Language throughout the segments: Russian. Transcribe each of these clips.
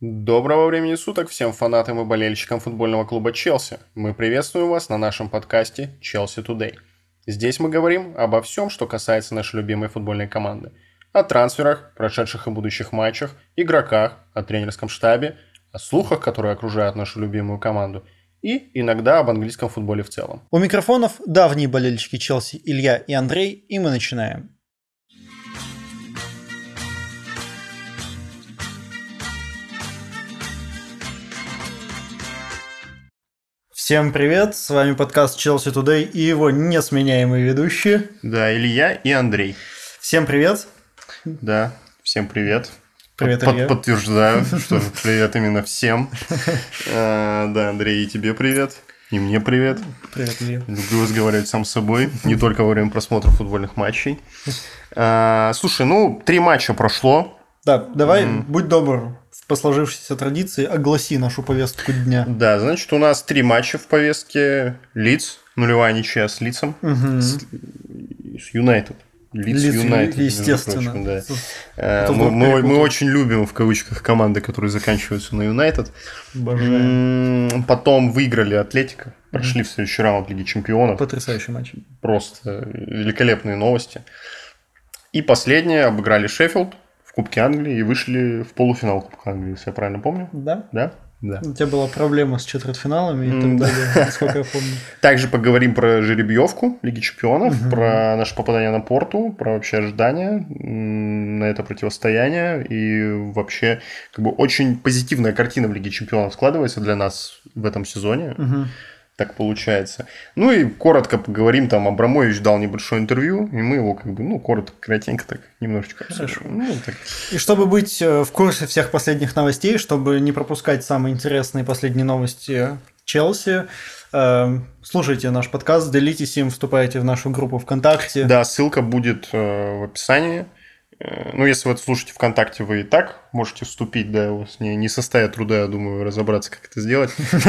Доброго времени суток всем фанатам и болельщикам футбольного клуба «Челси». Мы приветствуем вас на нашем подкасте «Челси Today». Здесь мы говорим обо всем, что касается нашей любимой футбольной команды. О трансферах, прошедших и будущих матчах, игроках, о тренерском штабе, о слухах, которые окружают нашу любимую команду, и иногда об английском футболе в целом. У микрофонов давние болельщики Челси Илья и Андрей, и мы начинаем. Всем привет, с вами подкаст Челси Today и его несменяемые ведущие. Да, Илья и Андрей. Всем привет. Да, всем привет. Привет, Илья. Подтверждаю, что привет именно всем. Да, Андрей, и тебе привет. И мне привет. Привет, Илья. Люблю разговаривать сам с собой, не только во время просмотра футбольных матчей. Слушай, 3 матча прошло. Да, давай, будь добр, по сложившейся традиции, огласи нашу повестку дня. Да, значит, у нас 3 матча в повестке. Лидс, 0-0 ничья с Лидсом, с Юнайтед. Лидс Юнайтед, естественно. Да. Мы очень любим, в кавычках, команды, которые заканчиваются на Юнайтед. Потом выиграли Атлетико, прошли в следующий раунд Лиги Чемпионов. Потрясающий матч. Просто великолепные новости. И последнее, обыграли Шеффилд в Кубке Англии и вышли в полуфинал Кубка Англии, если я правильно помню. Да? Да. Да. У тебя была проблема с четвертьфиналами и так далее, насколько я помню. Также поговорим про жеребьевку Лиги Чемпионов, про наше попадание на Порту, про вообще ожидания на это противостояние. И вообще очень позитивная картина в Лиге Чемпионов складывается для нас в этом сезоне. Так получается. И коротко поговорим, там Абрамович дал небольшое интервью, и мы его коротко, кратенько так немножечко обсудим. И чтобы быть в курсе всех последних новостей, чтобы не пропускать самые интересные последние новости Челси, слушайте наш подкаст, делитесь им, вступайте в нашу группу ВКонтакте. Да, ссылка будет в описании. Если вы это слушаете ВКонтакте, вы и так можете вступить, да, у вас не составит труда, я думаю, разобраться, как это сделать.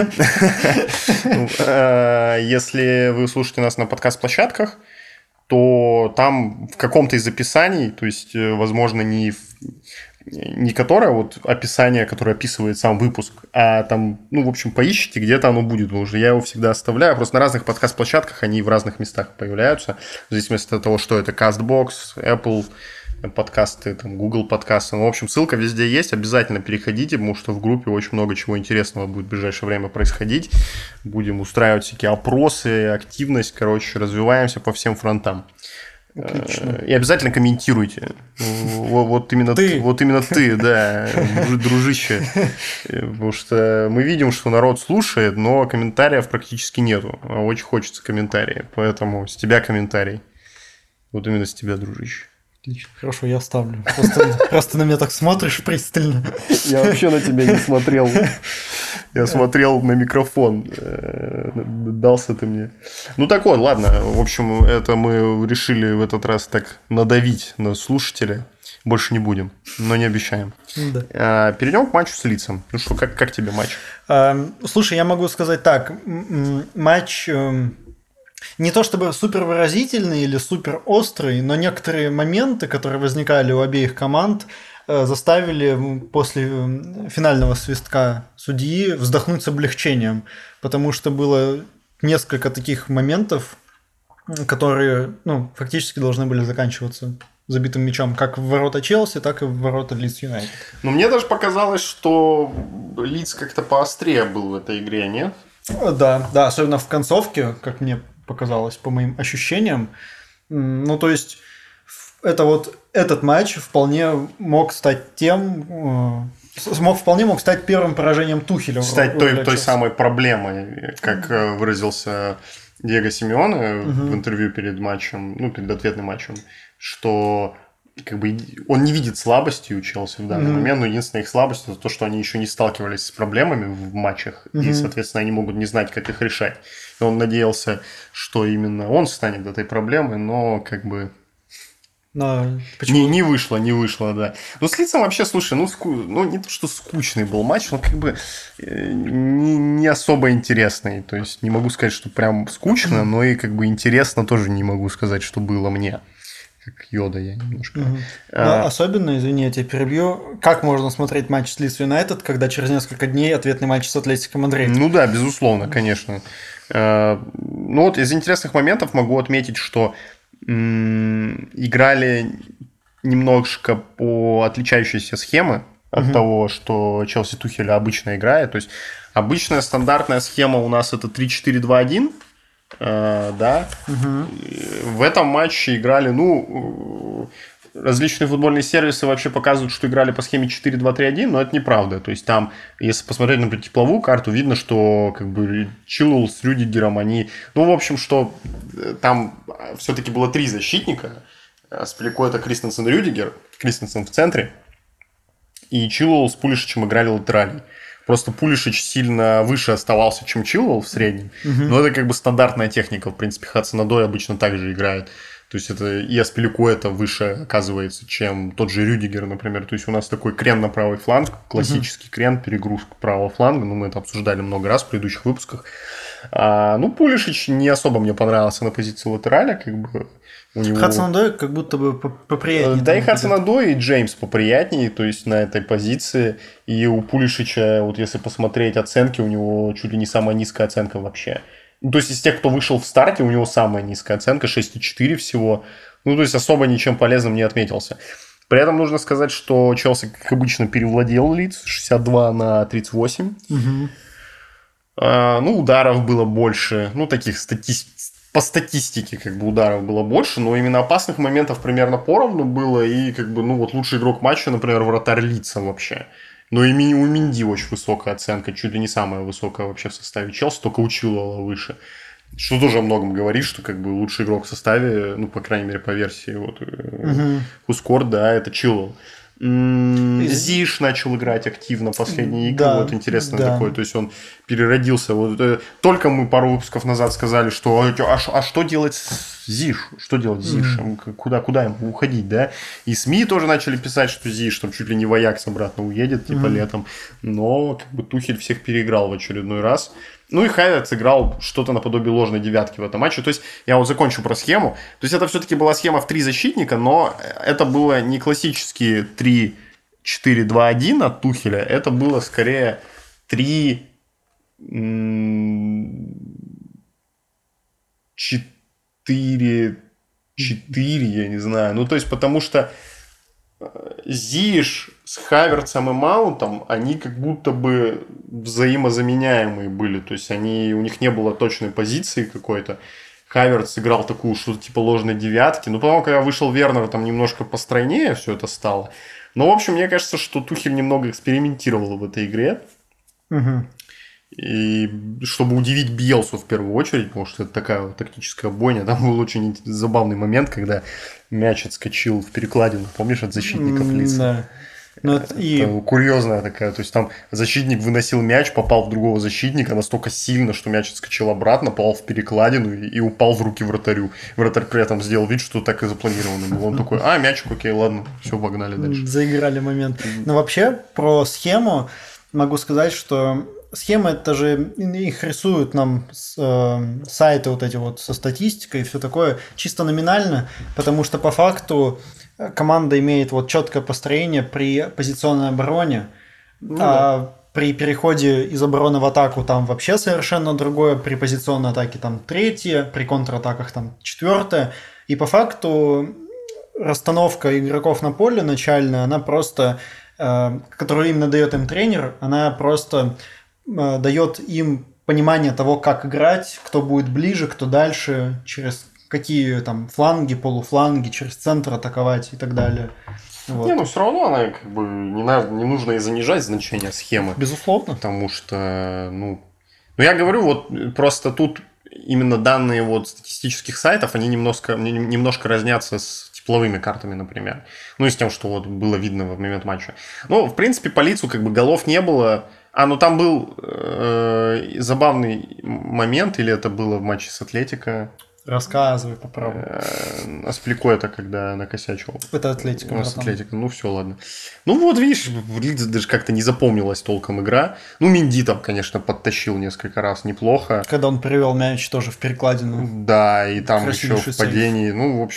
Если вы слушаете нас на подкаст-площадках, то там в каком-то из описаний, то есть, возможно, не которое описание, которое описывает сам выпуск, а там, в общем, поищите, где-то оно будет уже. Я его всегда оставляю. Просто на разных подкаст-площадках они в разных местах появляются, в зависимости от того, что это CastBox, Apple подкасты, там, Google подкасты. В общем, ссылка везде есть. Обязательно переходите, потому что в группе очень много чего интересного будет в ближайшее время происходить. Будем устраивать всякие опросы, активность. Развиваемся по всем фронтам. Отлично. И обязательно комментируйте. Вот именно ты, да, дружище. Потому что мы видим, что народ слушает, но комментариев практически нету. А очень хочется комментариев. Поэтому с тебя комментарий. Вот именно с тебя, дружище. Отлично, хорошо, я оставлю. Просто на меня так смотришь пристально. Я вообще на тебя не смотрел. Я смотрел на микрофон. Дался ты мне. Так вот, ладно. В общем, это мы решили в этот раз так надавить на слушателя. Больше не будем, но не обещаем. Да. Перейдем к матчу с Лидсом. Как тебе матч? Слушай, я могу сказать так. Матч... Не то чтобы супер выразительный или супер острый, но некоторые моменты, которые возникали у обеих команд, заставили после финального свистка судьи вздохнуть с облегчением, потому что было несколько таких моментов, которые фактически должны были заканчиваться забитым мячом как в ворота Челси, так и в ворота Лидс Юнайтед. Мне даже показалось, что Лидс как-то поострее был в этой игре, нет? Да, особенно в концовке, как мне показалось, по моим ощущениям. То есть, этот матч вполне мог стать мог стать первым поражением Тухеля. Стать той самой проблемой, как выразился Диего Симеоне в интервью перед матчем, перед ответным матчем, что он не видит слабости у Челси в данный момент, но единственная их слабость – это то, что они еще не сталкивались с проблемами в матчах, и, соответственно, они могут не знать, как их решать. И он надеялся, что именно он станет этой проблемой, но не вышло, да. С Лидсом вообще, слушай, не то, что скучный был матч, но не особо интересный. То есть, не могу сказать, что прям скучно, но и интересно тоже не могу сказать, что было мне. как Йода я немножко. Но особенно, извини, я тебя перебью, как можно смотреть матч с Лидс Юнайтед, когда через несколько дней ответный матч с Атлетико Мадрид? Ну да, безусловно, конечно. Ну вот из интересных моментов могу отметить, что играли немножко по отличающейся схемы от того, что Челси Тухеля обычно играет. То есть обычная стандартная схема у нас это 3-4-2-1. Да. В этом матче играли, различные футбольные сервисы вообще показывают, что играли по схеме 4-2-3-1, но это неправда. То есть там, если посмотреть, например, тепловую карту, видно, что как бы Чилуэлл с Рюдигером, они... Ну, в общем, что там все-таки было 3 защитника. Спиликуэта, Кристенсен, Рюдигер. Кристенсен в центре. И Чилуэлл с Пулишичем играли латералей. Просто Пулишич сильно выше оставался, чем Чилуэлл в среднем. Но это как бы стандартная техника. В принципе, Хадсон-Одой обычно так же играет. То есть это и Аспиликуэта выше оказывается, чем тот же Рюдигер, например. То есть у нас такой крен на правый фланг, классический крен, перегрузка правого фланга. Мы это обсуждали много раз в предыдущих выпусках. Пулишич не особо мне понравился на позиции латераля, как бы. Хадсон-Одой как будто бы поприятнее. Да, и Хадсон-Одой, и Джеймс поприятнее, то есть на этой позиции. И у Пулишича, вот если посмотреть оценки, у него чуть ли не самая низкая оценка вообще. То есть из тех, кто вышел в старте, у него самая низкая оценка, 6,4 всего. То есть особо ничем полезным не отметился. При этом нужно сказать, что Челси, как обычно, перевладел Лидс 62-38. Ударов было больше, таких по статистике как бы ударов было больше, но именно опасных моментов примерно поровну было, и как бы, лучший игрок матча, например, вратарь Лидса вообще. Но и у Минди очень высокая оценка, чуть ли не самая высокая вообще в составе Челси, только у Чилуэлла выше. Что тоже о многом говорит, что как бы лучший игрок в составе, по крайней мере, по версии Хускорд, да, это Чилуэлл. Зиш начал играть активно последние игры. Да, интересно такое. То есть он переродился. Только мы пару выпусков назад сказали, что что делать с Зиш? Что делать с Зишем? Куда ему уходить, да? И СМИ тоже начали писать, что Зиш там чуть ли не в Аякс обратно уедет, летом. Но как бы Тухель всех переиграл в очередной раз. И Хаверц играл что-то наподобие ложной девятки в этом матче. То есть, я закончу про схему. То есть, это все-таки была схема в 3 защитника, но это было не классические 3-4-2-1 от Тухеля. Это было скорее 3-4, я не знаю. То есть, потому что Зиш с Хаверцем и Маунтом, они как будто бы взаимозаменяемые были. То есть, у них не было точной позиции какой-то. Хаверц играл такую что-то типа ложной девятки. Потом, когда вышел Вернер, там немножко постройнее все это стало. Но, в общем, мне кажется, что Тухель немного экспериментировал в этой игре. И чтобы удивить Бьелсу в первую очередь, потому что это такая вот тактическая бойня. Там был очень забавный момент, когда мяч отскочил в перекладину, помнишь, от защитников Лидса? Да. Это курьезная такая. То есть там защитник выносил мяч, попал в другого защитника настолько сильно, что мяч отскочил обратно, попал в перекладину и упал в руки вратарю. Вратарь при этом сделал вид, что так и запланировано было. Он такой: мячик, окей, ладно, все, погнали дальше. Заиграли момент. Но вообще про схему могу сказать, что схемы, это же их рисуют нам сайты вот эти вот со статистикой и все такое чисто номинально, потому что по факту команда имеет вот четкое построение при позиционной обороне, при переходе из обороны в атаку там вообще совершенно другое, при позиционной атаке там 3, при контратаках там 4, и по факту расстановка игроков на поле начальная, она просто, которую именно дает им тренер, она просто дает им понимание того, как играть, кто будет ближе, кто дальше, через какие там фланги, полуфланги, через центр атаковать и так далее. Вот. Все равно она как бы не нужно и занижать значение схемы. Безусловно. Потому что, я говорю, вот просто тут именно данные вот статистических сайтов, они немножко разнятся с тепловыми картами, например. И с тем, что вот было видно в момент матча. В принципе, по Лидсу как бы голов не было. Там был забавный момент, или это было в матче с Атлетико? Рассказывай, попробуй. Аспиликуэта, когда накосячил. Это Атлетико. С Атлетико, все, ладно. Вот видишь, в Лидсе даже как-то не запомнилась толком игра. Минди там, конечно, подтащил несколько раз неплохо. Когда он привел мяч тоже в перекладину. Да, и там еще в падении. В общем,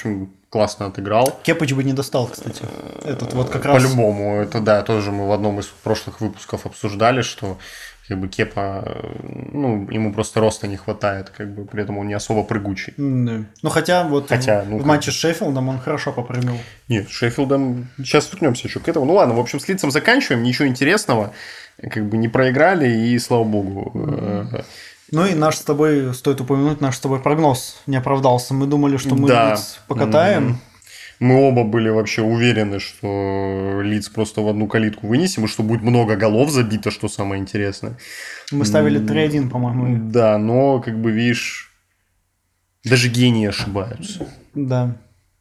классно отыграл. Кепыч бы не достал, кстати. Этот вот как раз... По-любому, это да, тоже мы в одном из прошлых выпусков обсуждали, что как бы Кепа, ну, ему просто роста не хватает, как бы, при этом он не особо прыгучий. Да. Ну, хотя вот в матче с Шеффилдом он хорошо попрыгал. Нет, с Шеффилдом... Сейчас вернемся еще к этому. Ну, ладно, в общем, с Лидсом заканчиваем, ничего интересного, как бы не проиграли, и слава богу. Ну, и наш с тобой, стоит упомянуть, наш с тобой прогноз не оправдался. Мы думали, что мы Лидс покатаем. Мы оба были вообще уверены, что Лидс просто в одну калитку вынесем, и что будет много голов забито, что самое интересное. Мы ставили 3-1, по-моему. Да, но, как бы, видишь, даже гении ошибаются. Да.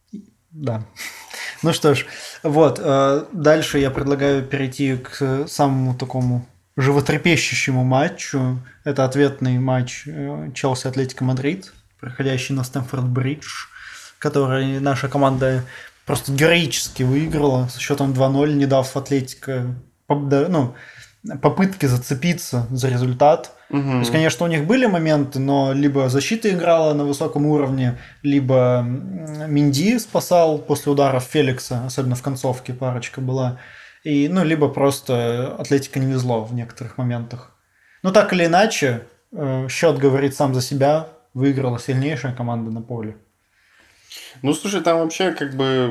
Ну что ж, вот, дальше я предлагаю перейти к самому такому животрепещущему матчу. Это ответный матч Челси-Атлетико Мадрид, проходящий на Стэмфорд-Бридж, который наша команда просто героически выиграла со счетом 2-0, не дав Атлетико попытки зацепиться за результат. То есть, конечно, у них были моменты, но либо защита играла на высоком уровне, либо Минди спасал после ударов Феликса, особенно в концовке парочка была, и, ну, либо просто Атлетико не везло в некоторых моментах. Но так или иначе, счет говорит сам за себя, выиграла сильнейшая команда на поле. Ну, слушай, там вообще как бы,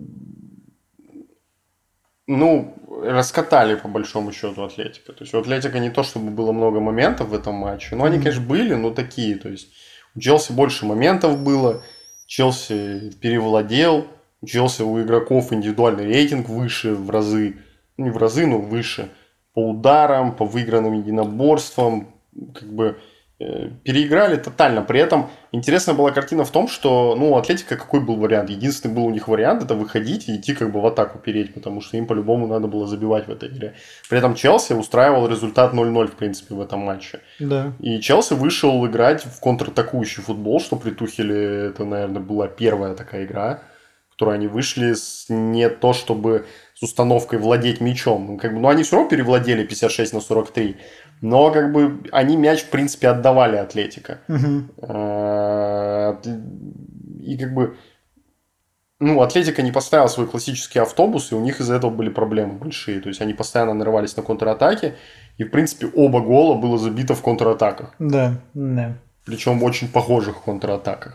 ну, раскатали по большому счету Атлетико. То есть у Атлетико не то, чтобы было много моментов в этом матче, но они, конечно, были, но такие. То есть у Челси больше моментов было, Челси перевладел, у Челси у игроков индивидуальный рейтинг выше в разы, ну, не в разы, но выше, по ударам, по выигранным единоборствам, как бы переиграли тотально. При этом интересная была картина в том, что, ну, у Атлетико какой был вариант? Единственный был у них вариант — это выходить и идти как бы в атаку переть, потому что им по-любому надо было забивать в этой игре. При этом Челси устраивал результат 0-0, в принципе, в этом матче. Да. И Челси вышел играть в контратакующий футбол, что при Тухеле это, наверное, была первая такая игра, в которой они вышли не то чтобы с установкой владеть мячом. Как бы, ну, они все равно перевладели 56-43. Но как бы они мяч, в принципе, отдавали Атлетико. И как бы, ну, Атлетико не поставил свой классический автобус, и у них из-за этого были проблемы большие. То есть они постоянно нарывались на контратаки, и, в принципе, оба гола было забито в контратаках. Да. Причем в очень похожих контратаках.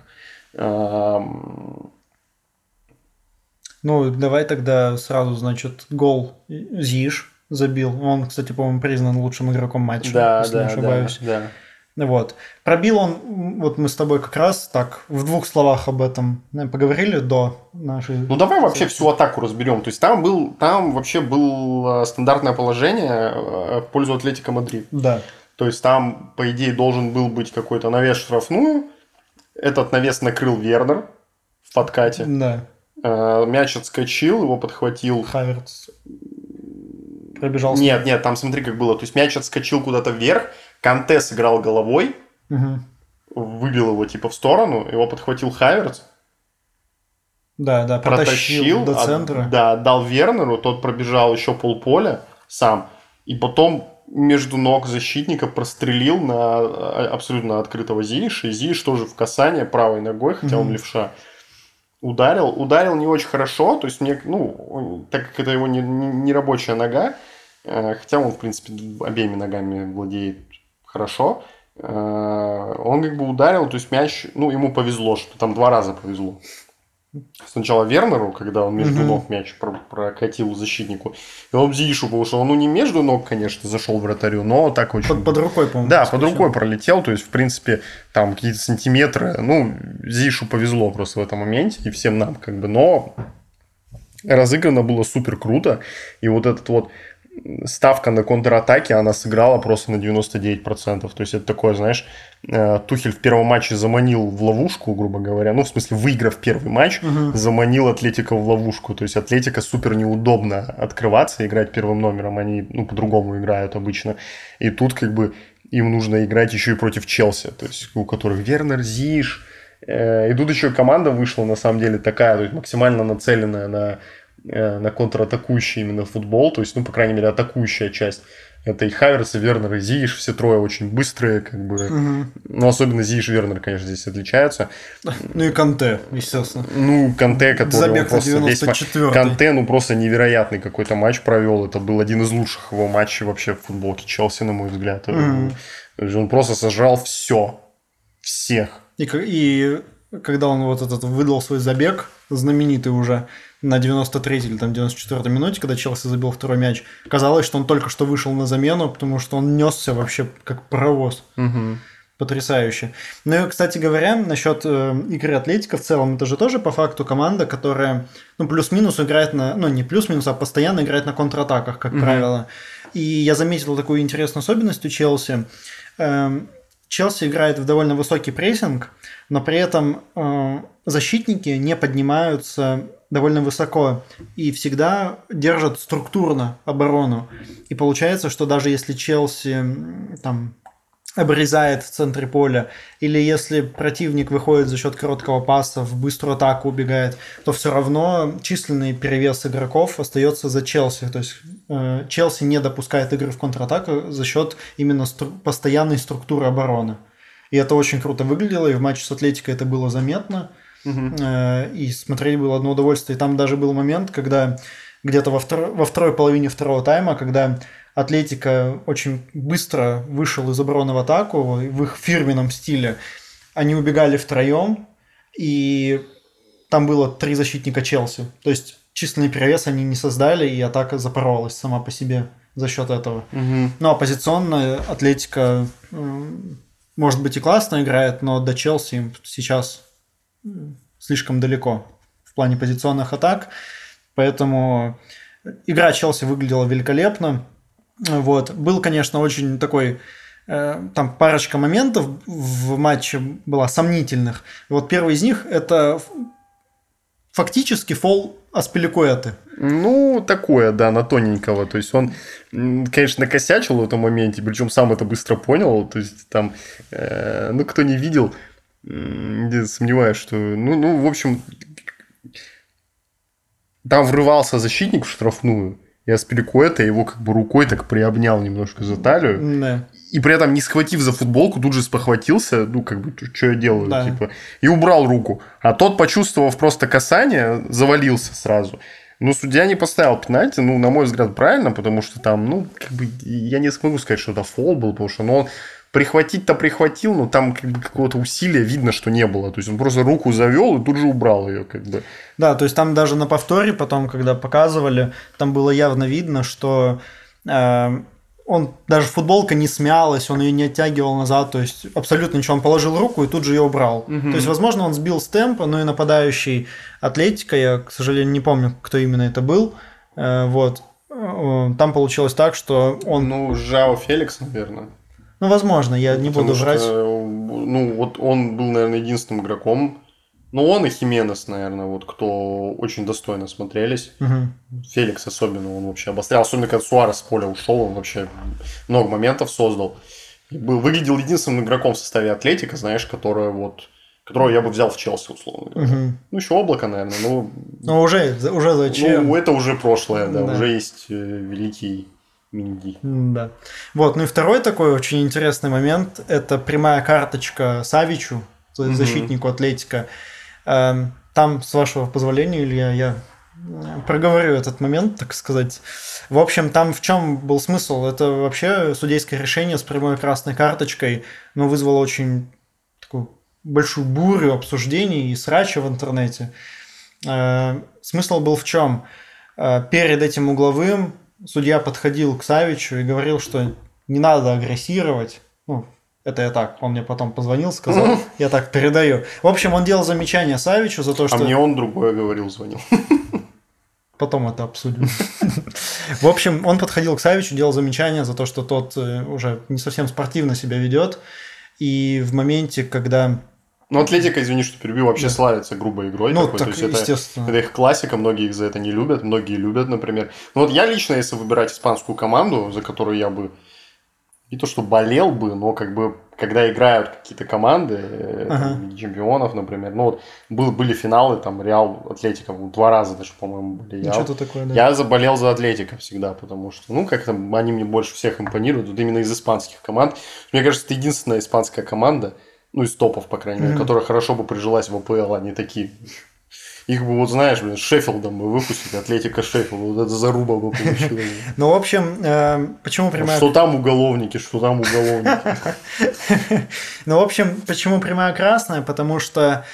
Ну, давай тогда сразу, значит, гол Зиш забил. Он, кстати, по-моему, признан лучшим игроком матча, если не ошибаюсь. Да. Вот. Пробил он, вот мы с тобой как раз так в двух словах об этом поговорили до нашей... Ну, давай вообще всю атаку разберем. То есть там вообще было стандартное положение в пользу Атлетико Мадрид. Да. То есть там, по идее, должен был быть какой-то навес в штрафную. Этот навес накрыл Вернер в подкате. Да. Мяч отскочил, его подхватил... Хаверц пробежал. Нет, там смотри, как было. То есть мяч отскочил куда-то вверх, Канте сыграл головой, выбил его типа в сторону, его подхватил Хаверц. Да, протащил до центра. Отдал Вернеру, тот пробежал еще полполя сам, и потом между ног защитника прострелил на абсолютно открытого Зииша, и Зииш тоже в касание правой ногой, хотя он левша. Ударил не очень хорошо, то есть мне, ну, так как это его не рабочая нога, хотя он, в принципе, обеими ногами владеет хорошо, он как бы ударил, то есть мяч, ну, ему повезло, что там 2 раза повезло. Сначала Вернеру, когда он между ног мяч прокатил защитнику, и он Зиишу, потому что он, ну, не между ног, конечно, зашел вратарю, но так очень... Под рукой, по-моему. Да, под рукой пролетел, то есть, в принципе, там какие-то сантиметры, ну, Зиишу повезло просто в этом моменте, и всем нам, как бы, но разыграно было супер круто, и вот этот вот ставка на контратаке, она сыграла просто на 99%. То есть, это такое, знаешь, Тухель в первом матче заманил в ловушку, грубо говоря. Ну, в смысле, выиграв первый матч, заманил Атлетико в ловушку. То есть, Атлетико супер неудобно открываться, играть первым номером. Они, ну, по-другому играют обычно. И тут, как бы, им нужно играть еще и против Челси. То есть, у которых Вернер, Зиш. И тут еще команда вышла, на самом деле, такая, то есть, максимально нацеленная на контратакующий именно футбол, то есть, ну, по крайней мере, атакующая часть. Это и Хаверс, и Вернер, и Зиеш, все трое очень быстрые, как бы. Ну, особенно Зиеш и Вернер, конечно, здесь отличаются. Ну и Канте, естественно. Ну, Канте, который забег на 94-й. Канте, ну, просто невероятный какой-то матч провел. Это был один из лучших его матчей вообще в футболке Челси, на мой взгляд. Он просто сожрал все. Всех. И когда он вот этот выдал свой забег, знаменитый уже, на 93-й или там 94-й минуте, когда Челси забил второй мяч, казалось, что он только что вышел на замену, потому что он несся вообще как паровоз. Потрясающе. Ну и, кстати говоря, насчет игры Атлетико в целом, это же тоже по факту команда, которая, ну, плюс-минус играет на, ну, не плюс-минус, а постоянно играет на контратаках, как правило. И я заметил такую интересную особенность у Челси. Челси играет в довольно высокий прессинг, но при этом защитники не поднимаются довольно высоко и всегда держат структурно оборону. И получается, что даже если Челси там обрезает в центре поля, или если противник выходит за счет короткого паса, в быструю атаку убегает, то все равно численный перевес игроков остается за Челси. То есть Челси не допускает игры в контратаку за счет именно постоянной структуры обороны. И это очень круто выглядело, и в матче с Атлетико это было заметно. И смотреть было одно удовольствие. И там даже был момент, когда где-то во второй половине второго тайма, когда Атлетико очень быстро вышел из обороны в атаку в их фирменном стиле. Они убегали втроем, и там было 3 защитника Челси. То есть численный перевес они не создали, и атака запоролась сама по себе за счет этого. Ну а позиционно Атлетико, может быть, и классно играет, но до Челси им сейчас слишком далеко в плане позиционных атак. Поэтому игра Челси выглядела великолепно. Вот. Был, конечно, очень такой... Там парочка моментов в матче была сомнительных. Вот первый из них – это фактически фол Аспиликуэты. Ну, такое, да, на тоненького. То есть он, конечно, накосячил в этом моменте, причем сам это быстро понял. То есть там, ну, кто не видел, сомневаюсь, что... Ну, в общем, там врывался защитник в штрафную, и Аспиликуэта его как бы рукой так приобнял немножко за талию. Да. И при этом, не схватив за футболку, тут же спохватился, ну, как бы, что я делаю, Да. типа, и убрал руку. А тот, почувствовав просто касание, завалился сразу. Но судья не поставил пенальти, ну, на мой взгляд, правильно, потому что там, ну, как бы, я не смогу сказать, что это фол был, потому что, ну, он прихватить-то прихватил, но там как бы какого-то усилия видно, что не было. То есть он просто руку завел и тут же убрал ее, как бы. Да, то есть там даже на повторе потом, когда показывали, там было явно видно, что он даже футболка не смялась, он ее не оттягивал назад, то есть абсолютно ничего, он положил руку и тут же ее убрал. То есть, возможно, он сбил с темпа, но и нападающий Атлетико, я, к сожалению, не помню, кто именно это был, вот, там получилось так, что он... Ну, Жао Феликс, наверное. Ну, возможно, я не буду врать. Ну, вот он был, наверное, единственным игроком. Ну, он и Хименес, наверное, вот кто очень достойно смотрелись. Феликс особенно, он вообще обострял. Особенно, когда Суарес с поля ушел, он вообще много моментов создал. И выглядел единственным игроком в составе Атлетико, знаешь, которого я бы взял в Челси, условно говоря. Ну, еще Облако, наверное. Ну, уже зачем? Ну, это уже прошлое, да. Уже есть великий... Минди. Да. Вот, ну и второй такой очень интересный момент – это прямая карточка Савичу, защитнику Атлетико. Там, с вашего позволения, Илья, я проговорю этот момент, так сказать. В общем, там в чем был смысл? Это вообще судейское решение с прямой красной карточкой, но вызвало очень такую большую бурю обсуждений и срача в интернете. Смысл был в чем? Перед этим угловым судья подходил к Савичу и говорил, что не надо агрессировать. Ну, это я так, он мне потом позвонил, сказал, я так передаю. В общем, он делал замечание Савичу за то, что... А мне он другое говорил, звонил. Потом это обсудим. В общем, он подходил к Савичу, делал замечание за то, что тот уже не совсем спортивно себя ведет. И в моменте, когда... Ну, Атлетико, извини, что перебью, вообще славится грубой игрой. Ну, такой. так, то есть естественно. Это их классика, многие их за это не любят, многие любят, например. Ну, вот я лично, если выбирать испанскую команду, за которую я бы не то что болел бы, но как бы когда играют какие-то команды, там, чемпионов, например, ну, вот были финалы, там, Реал, Атлетико, 2 раза даже, по-моему, были. Что-то такое, да. Я заболел за Атлетико всегда, потому что, ну, как-то они мне больше всех импонируют, вот именно из испанских команд. Мне кажется, это единственная испанская команда, ну, из топов, по крайней мере, которая хорошо бы прижилась в АПЛ, они такие... Их бы, вот знаешь, с Шеффилдом бы выпустили, Атлетика Шеффилд, вот это заруба бы получилось. Ну, в общем, почему прямая... Что там уголовники, что там уголовники. Ну, в общем, почему прямая красная? Потому что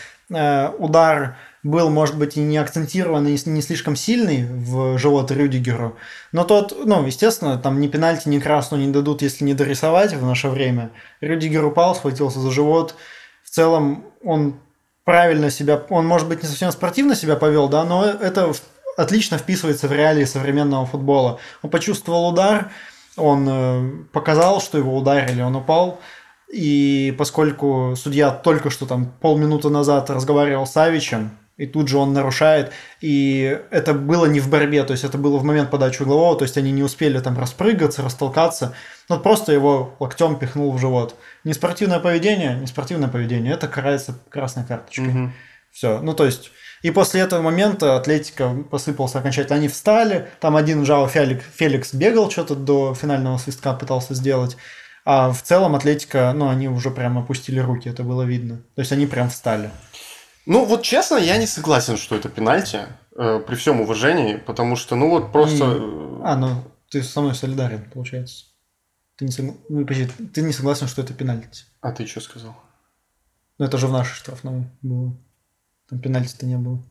удар был, может быть, и не акцентированный, и не слишком сильный в живот Рюдигеру. Но тот, ну, естественно, там ни пенальти, ни красную не дадут, если не дорисовать в наше время. Рюдигер упал, схватился за живот. В целом он правильно себя... Он, может быть, не совсем спортивно себя повел, да, но это отлично вписывается в реалии современного футбола. Он почувствовал удар, он показал, что его ударили, он упал. И поскольку судья только что там полминуты назад разговаривал с Савичем, и тут же он нарушает, и это было не в борьбе, то есть это было в момент подачи углового, то есть они не успели там распрыгаться, растолкаться, но просто его локтем пихнул в живот. Неспортивное поведение, это карается красной карточкой. Все, ну то есть... И после этого момента Атлетико посыпался окончательно. Они встали, там один Жао Феликс бегал, что-то до финального свистка пытался сделать. А в целом Атлетико, ну, они уже прям опустили руки, это было видно. То есть они прям встали. Ну, вот честно, я не согласен, что это пенальти, при всем уважении, потому что, ну, вот просто... ну, ты со мной солидарен, получается. Ты не согласен, что это пенальти. А ты что сказал? Ну, это же в нашей штрафной было. Там пенальти-то не было.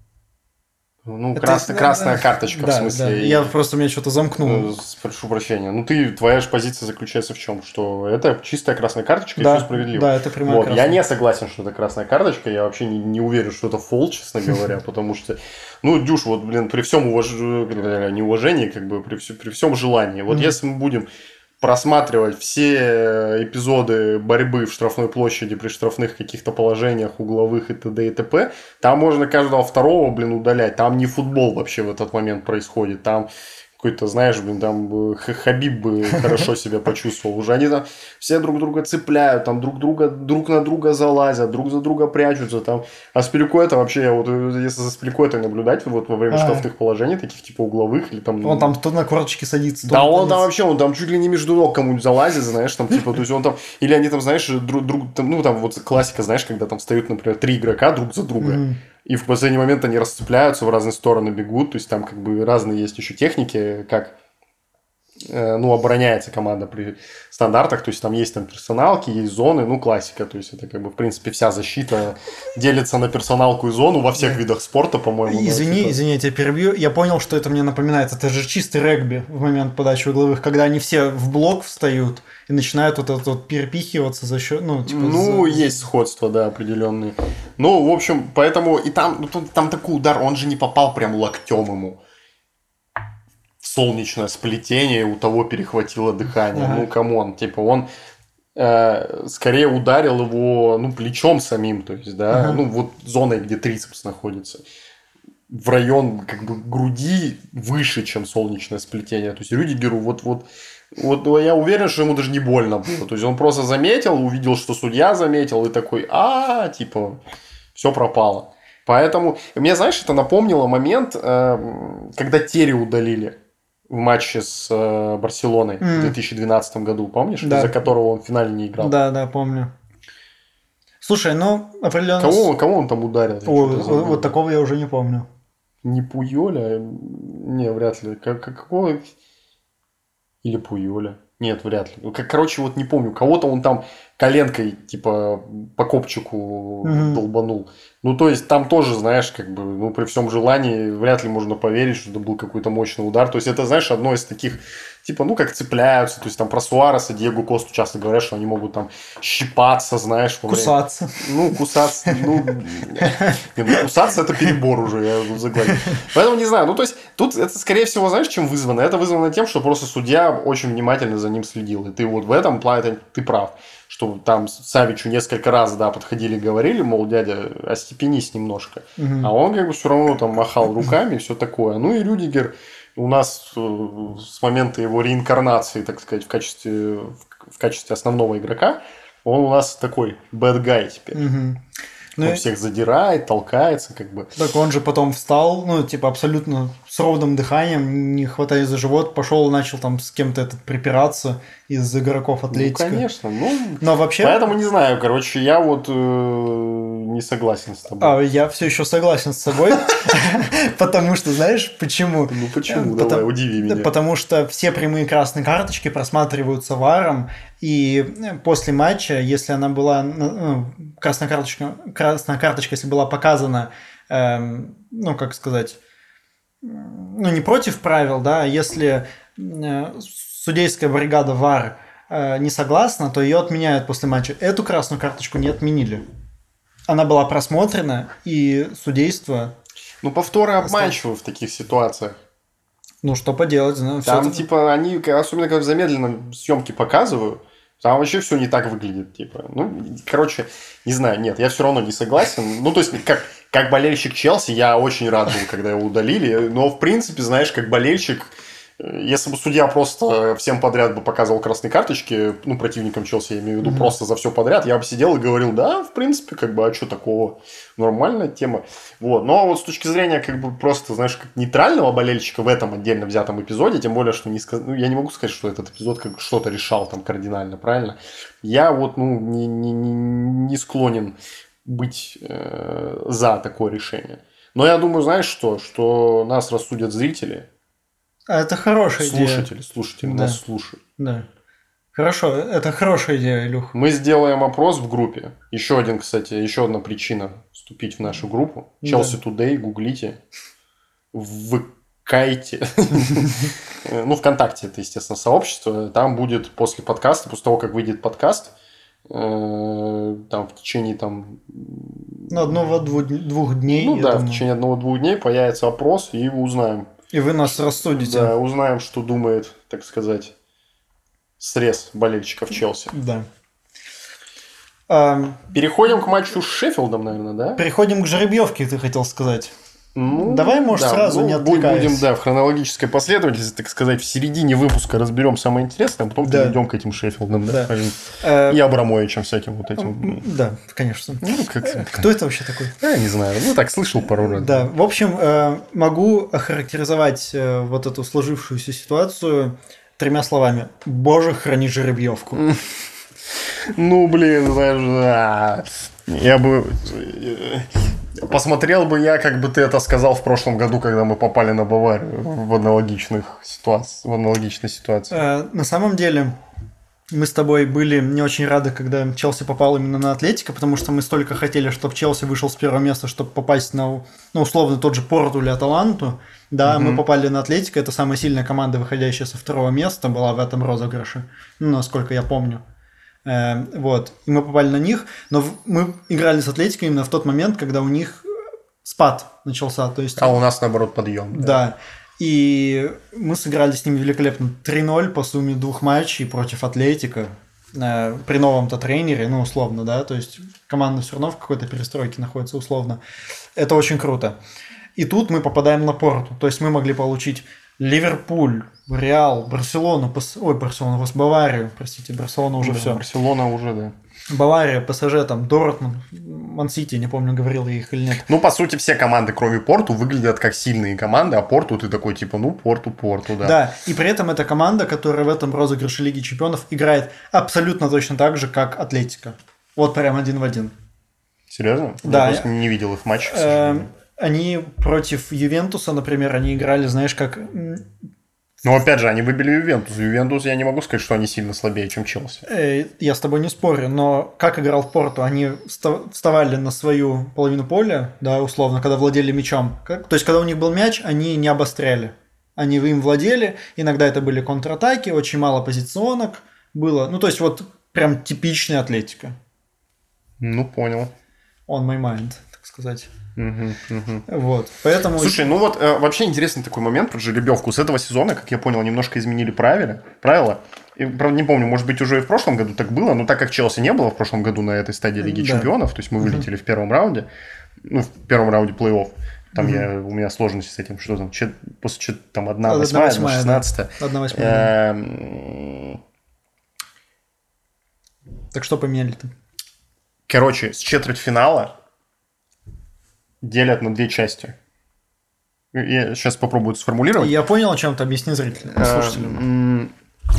Ну, красная карточка, да, в смысле. Да. Я просто меня что-то замкнул. Прошу прощения. Ну, твоя же позиция заключается в чем? Что это чистая красная карточка, и все справедливо. Да, это прямая красная. Я не согласен, что это красная карточка. Я вообще не уверен, что это фол, честно говоря, потому что, ну, Дюш, вот, блин, при всем неуважении, как бы, при всем желании. Вот если мы будем просматривать все эпизоды борьбы в штрафной площади при штрафных каких-то положениях угловых и т.д. и т.п. Там можно каждого второго, удалять. Там не футбол вообще в этот момент происходит. Там какой-то, знаешь, там Хабиб бы хорошо себя почувствовал. Уже они там все друг друга цепляют, там друг на друга залазят, друг за друга прячутся. Там. А Спиликуэта вообще, вот если за Спиликуэтой наблюдать вот во время штрафных положений, таких типа угловых или там... Он там то на корточки садится. Да, он там вообще, он там чуть ли не между ног кому-нибудь залазит, знаешь, там типа, то есть он там... Или они там, знаешь, ну там вот классика, знаешь, когда там встают, например, 3 игрока друг за друга. И в последний момент они расцепляются, в разные стороны бегут. То есть там как бы разные есть еще техники, как обороняется команда при стандартах. То есть там есть персоналки, есть зоны, ну классика. То есть это как бы в принципе вся защита делится на персоналку и зону во всех видах спорта, по-моему. Извини, я тебя перебью. Я понял, что это мне напоминает. Это же чистый регби в момент подачи угловых, когда они все в блок встают и начинают вот это вот перепихиваться за счет... есть сходство, да, определенные. Ну, в общем, поэтому и там такой удар, он же не попал прям локтем ему в солнечное сплетение, у того перехватило дыхание. Ну, камон, типа он скорее ударил его, плечом самим, то есть, да, вот зоной, где трицепс находится, в район как бы груди выше, чем солнечное сплетение. То есть Рюдигеру вот я уверен, что ему даже не больно было. То есть он просто заметил, увидел, что судья заметил, и такой, типа, все пропало. Поэтому мне, знаешь, это напомнило момент, когда Терри удалили в матче с Барселоной в 2012 году, помнишь? Да. Из-за которого он в финале не играл. Да, помню. Слушай, определенно... Кого он там ударил? Вот такого я уже не помню. Не Пуйоля? Не, вряд ли. Какого... Или Пуйоля? Нет, вряд ли. Короче, вот не помню. Кого-то он там коленкой, типа, по копчику долбанул. Ну, то есть, там тоже, знаешь, как бы, при всем желании вряд ли можно поверить, что это был какой-то мощный удар. То есть, это, знаешь, одно из таких, типа, как цепляются. То есть, там про Суареса, Диего Косту часто говорят, что они могут там щипаться, знаешь. Кусаться. Кусаться. Кусаться – это перебор уже, я заговорил. Поэтому не знаю. То есть, тут это, скорее всего, знаешь, чем вызвано? Это вызвано тем, что просто судья очень внимательно за ним следил. И ты вот в этом плане ты прав. Что там Савичу несколько раз, подходили и говорили, мол, дядя, остепенись немножко. А он как бы все равно там махал руками и все такое. Ну и Рюдигер у нас с момента его реинкарнации, так сказать, в качестве основного игрока Он у нас такой bad guy теперь. Ну, Он всех задирает, толкается, как бы. Так он же потом встал, ну, типа, абсолютно с ровным дыханием, не хватаясь за живот, пошел и начал там с кем-то припираться из игроков Атлетика. Ну, конечно. Но вообще... Поэтому не знаю, короче, я вот не согласен с тобой. Я все еще согласен с собой, потому что, знаешь, почему? Ну, почему? Давай, удиви меня. Потому что все прямые красные карточки просматриваются варом, и после матча, если она была, красная карточка, если была показана, ну, как сказать, ну, не против правил, да, а если судейская бригада ВАР не согласна, то ее отменяют после матча. Эту красную карточку не отменили. Она была просмотрена, и судейство... Ну, повторы обманчивы в таких ситуациях. Ну, что поделать, ну, там, типа, они, особенно когда в замедленном съемке показывают, там вообще все не так выглядит, типа. Ну, короче, не знаю, нет, я все равно не согласен. Ну, то есть, как болельщик Челси, я очень рад был, когда его удалили. Но, в принципе, знаешь, как болельщик, если бы судья просто всем подряд бы показывал красные карточки, ну, противникам Челси, я имею в виду, просто за все подряд, я бы сидел и говорил, да, в принципе, как бы, а что такого? Нормальная тема. Вот. Но вот с точки зрения, как бы, просто, знаешь, как нейтрального болельщика в этом отдельно взятом эпизоде, тем более, что я не могу сказать, что этот эпизод как что-то решал там кардинально, правильно? Я вот, ну, не склонен быть за такое решение. Но я думаю, знаешь что нас рассудят зрители. А это хорошая идея. Слушатели нас слушают. Да. Хорошо, это хорошая идея, Илюх. Мы сделаем опрос в группе. Еще одна причина вступить в нашу группу. Chelsea Today, гуглите. Выкайте. Ну, ВКонтакте это, естественно, сообщество. Там будет после подкаста, после того, как выйдет подкаст, там в течение там... одного-двух дней. Ну да, в течение 1-2 дней появится опрос, и узнаем. И вы нас рассудите. Да, узнаем, что думает, так сказать, срез болельщиков Челси. Да. Переходим к матчу с Шеффилдом, наверное, да? Переходим к жеребьевке, ты хотел сказать. Ну, давай, может, сразу не отвлекаясь. Будем, в хронологической последовательности, так сказать, в середине выпуска разберем самое интересное, а потом перейдем к этим Шеффилдам, да? И Абрамовичем всяким вот этим. Да, конечно. Кто это вообще такой? Я не знаю, так слышал пару раз. Да, в общем, могу охарактеризовать вот эту сложившуюся ситуацию 3 словами. Боже, храни жеребьевку. Ну, блин, знаешь, я бы... Посмотрел бы я, как бы ты это сказал в прошлом году, когда мы попали на Баварию в аналогичной ситуации. На самом деле, мы с тобой были не очень рады, когда Челси попал именно на Атлетико, потому что мы столько хотели, чтобы Челси вышел с первого места, чтобы попасть на, ну, условно, тот же Порту или Аталанту. Да, мы попали на Атлетико, это самая сильная команда, выходящая со 2-го места, была в этом розыгрыше, ну, насколько я помню. Вот, и мы попали на них, но мы играли с Атлетико именно в тот момент, когда у них спад начался. То есть... А у нас, наоборот, подъем. Да. И мы сыграли с ними великолепно 3-0 по сумме 2 матчей против Атлетико при новом-то тренере, ну, условно, да, то есть команда все равно в какой-то перестройке находится условно. Это очень круто. И тут мы попадаем на Порту, то есть мы могли получить Ливерпуль, Реал, Барселону, Баварию, простите, Барселона уже все. Барселона уже, да. Бавария, ПСЖ, там, Дортмунд, Ман-Сити, не помню, говорил я их или нет. Ну, по сути, все команды, кроме Порту, выглядят как сильные команды, а Порту ты такой, типа, ну, Порту, да. Да, и при этом это команда, которая в этом розыгрыше Лиги Чемпионов играет абсолютно точно так же, как Атлетико. Вот прям 1 в 1. Серьезно? Да. Я просто не видел их матчей, к сожалению. Они против Ювентуса, например, они играли, знаешь, как... Ну, опять же, они выбили Ювентус. Ювентус, я не могу сказать, что они сильно слабее, чем Челси. Я с тобой не спорю, но как играл в Порту? Они вставали на свою половину поля, да, условно, когда владели мячом. То есть, когда у них был мяч, они не обостряли. Они им владели, иногда это были контратаки, очень мало позиционок было. Ну, то есть, вот прям типичная Атлетика. Ну, понял. On my mind, так сказать. Вот, поэтому... Слушай, ну вот вообще интересный такой момент про жеребьевку. С этого сезона, как я понял, немножко изменили правила. И, правда, не помню, может быть, уже и в прошлом году так было, но так как Челси не было в прошлом году на этой стадии Лиги Чемпионов, то есть мы вылетели в первом раунде, ну, в первом раунде плей-офф. Там у меня сложности с этим, что там, после там 1/8, 1/16. 1/8. Так что поменяли-то? Короче, с четвертьфинала делят на две части. Я сейчас попробую это сформулировать. Я понял, о чем ты, объясни зрителям, слушателям.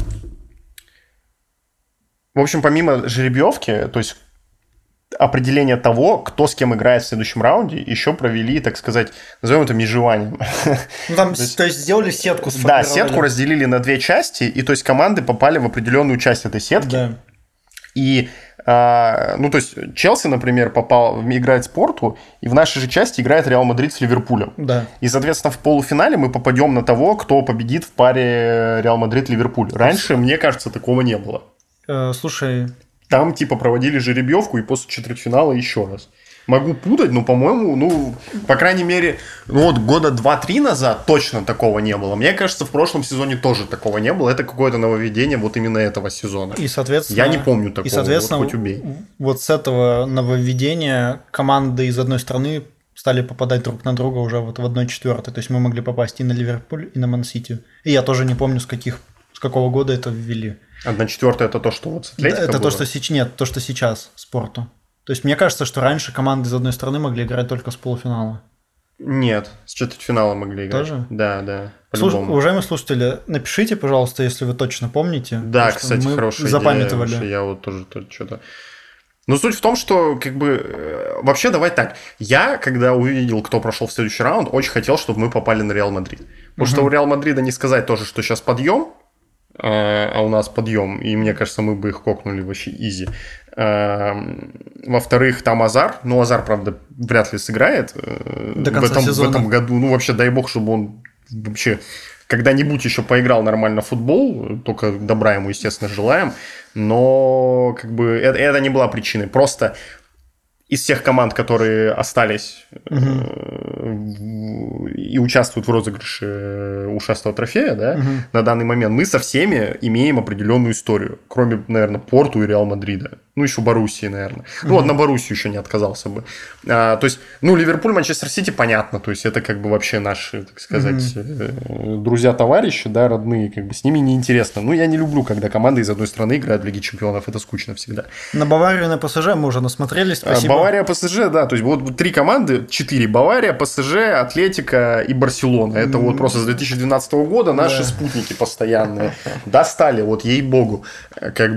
В общем, помимо жеребьевки, то есть определение того, кто с кем играет в следующем раунде, еще провели, так сказать, назовем это межеванием. Ну, там, то есть сделали сетку. Да, сетку разделили на две части, и то есть команды попали в определенную часть этой сетки. Да. И, ну, то есть, Челси, например, попал играть в Порту, и в нашей же части играет Реал Мадрид с Ливерпулем. Да. И, соответственно, в полуфинале мы попадем на того, кто победит в паре Реал Мадрид-Ливерпуль. Раньше, мне кажется, такого не было. Слушай... Там, типа, проводили жеребьевку, и после четвертьфинала еще раз. Могу путать, но, по-моему, ну, по крайней мере, ну, вот года 2-3 назад точно такого не было. Мне кажется, в прошлом сезоне тоже такого не было. Это какое-то нововведение вот именно этого сезона. И, соответственно... Я не помню такого, и, соответственно, вот хоть убей. Вот с этого нововведения команды из одной страны стали попадать друг на друга уже вот в 1/4. То есть мы могли попасть и на Ливерпуль, и на Ман-Сити. И я тоже не помню, с какого года это ввели. 1/4 это то, что вот с Атлетико это было? то, что сейчас спорту. То есть мне кажется, что раньше команды из одной страны могли играть только с полуфинала. Нет, с четвертьфинала могли играть. Тоже? Да, по-любому. Уважаемые слушатели, напишите, пожалуйста, если вы точно помните. Да, кстати, хорошая запамятовали. идея. Я вот тоже что-то... Но суть в том, что, как бы, вообще, давай так. Я, когда увидел, кто прошел в следующий раунд, очень хотел, чтобы мы попали на Реал Мадрид. Потому что у Реал Мадрида не сказать тоже, что сейчас подъем, а у нас подъем, и мне кажется, мы бы их кокнули вообще изи. Во-вторых, там Азар. Ну, Азар, правда, вряд ли сыграет до конца сезона. В этом году. Ну, вообще, дай бог, чтобы он вообще когда-нибудь еще поиграл нормально в футбол. Только добра ему, естественно, желаем. Но, как бы, это не была причиной. Просто из всех команд, которые остались и участвуют в розыгрыше ушастого трофея, да, на данный момент, мы со всеми имеем определенную историю. Кроме, наверное, Порту и Реал Мадрида. Ну, еще Боруссии, наверное. Ну, вот на Боруссию еще не отказался бы. То есть, ну, Ливерпуль, Манчестер Сити, понятно. То есть, это как бы вообще наши, так сказать, друзья-товарищи, да, родные. Как бы с ними неинтересно. Ну, я не люблю, когда команды из одной страны играют в Лиге Чемпионов. Это скучно всегда. На Баварию и на ПСЖ мы уже насмотрелись. Спасибо. Бавария, ПСЖ, да. То есть, вот 3 команды, 4. Бавария, ПСЖ, Атлетико и Барселона. Это вот просто с 2012 года наши спутники постоянные. Достали, вот ей-богу. Как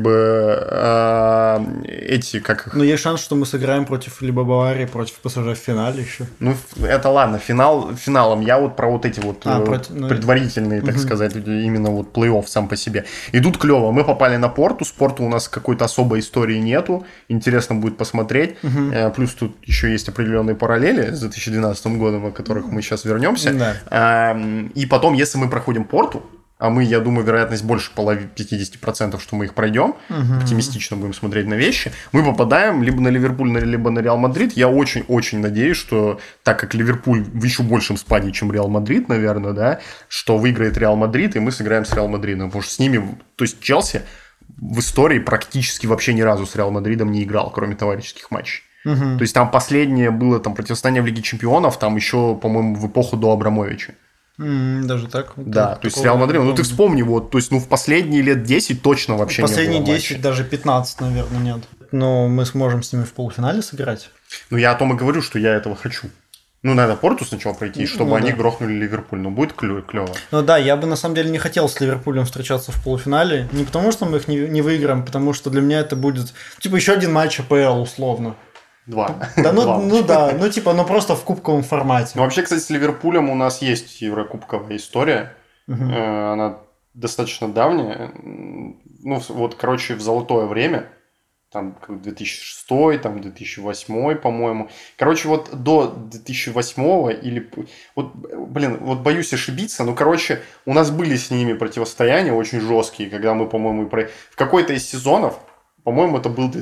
бы... эти, как их... Но есть шанс, что мы сыграем против либо Баварии, против ПСЖ в финале еще. Ну, это ладно, финалом. Я вот про вот эти вот предварительные, так сказать, именно вот плей-офф сам по себе. Идут клево. Мы попали на Порту. С Порту у нас какой-то особой истории нету. Интересно будет посмотреть. Плюс тут еще есть определенные параллели с 2012 годом, о которых мы сейчас вернемся. Да. И потом, если мы проходим Порту, а мы, я думаю, вероятность больше 50%, что мы их пройдем, оптимистично будем смотреть на вещи, мы попадаем либо на Ливерпуль, либо на Реал Мадрид. Я очень-очень надеюсь, что так как Ливерпуль в еще большем спаде, чем Реал Мадрид, наверное, да, что выиграет Реал Мадрид, и мы сыграем с Реал Мадридом. Потому что с ними, то есть Челси в истории практически вообще ни разу с Реал Мадридом не играл, кроме товарищеских матчей. То есть там последнее было там противостояние в Лиге Чемпионов, там еще, по-моему, в эпоху до Абрамовича. Даже так? Да, то есть Реал Мадрид, ну ты вспомни, вот, то есть, ну в последние лет 10 точно вообще не было последние 10, матчей. даже 15, наверное, нет. Но мы сможем с ними в полуфинале сыграть. Ну я о том и говорю, что я этого хочу. Ну, надо Порту сначала пройти, чтобы они грохнули Ливерпуль. Ну, будет клево. Ну да, я бы на самом деле не хотел с Ливерпулем встречаться в полуфинале. Не потому, что мы их не выиграем, потому что для меня это будет, типа, еще один матч АПЛ, условно. 2. Да, ну типа, просто в кубковом формате. Ну, вообще, кстати, с Ливерпулем у нас есть еврокубковая история. Она достаточно давняя. Ну, вот, короче, в золотое время, там 2006, там 2008, по-моему. Короче, вот до 2008 или... Вот, блин, вот боюсь ошибиться, но, короче, у нас были с ними противостояния очень жесткие, когда мы, по-моему, в какой-то из сезонов, по-моему, это был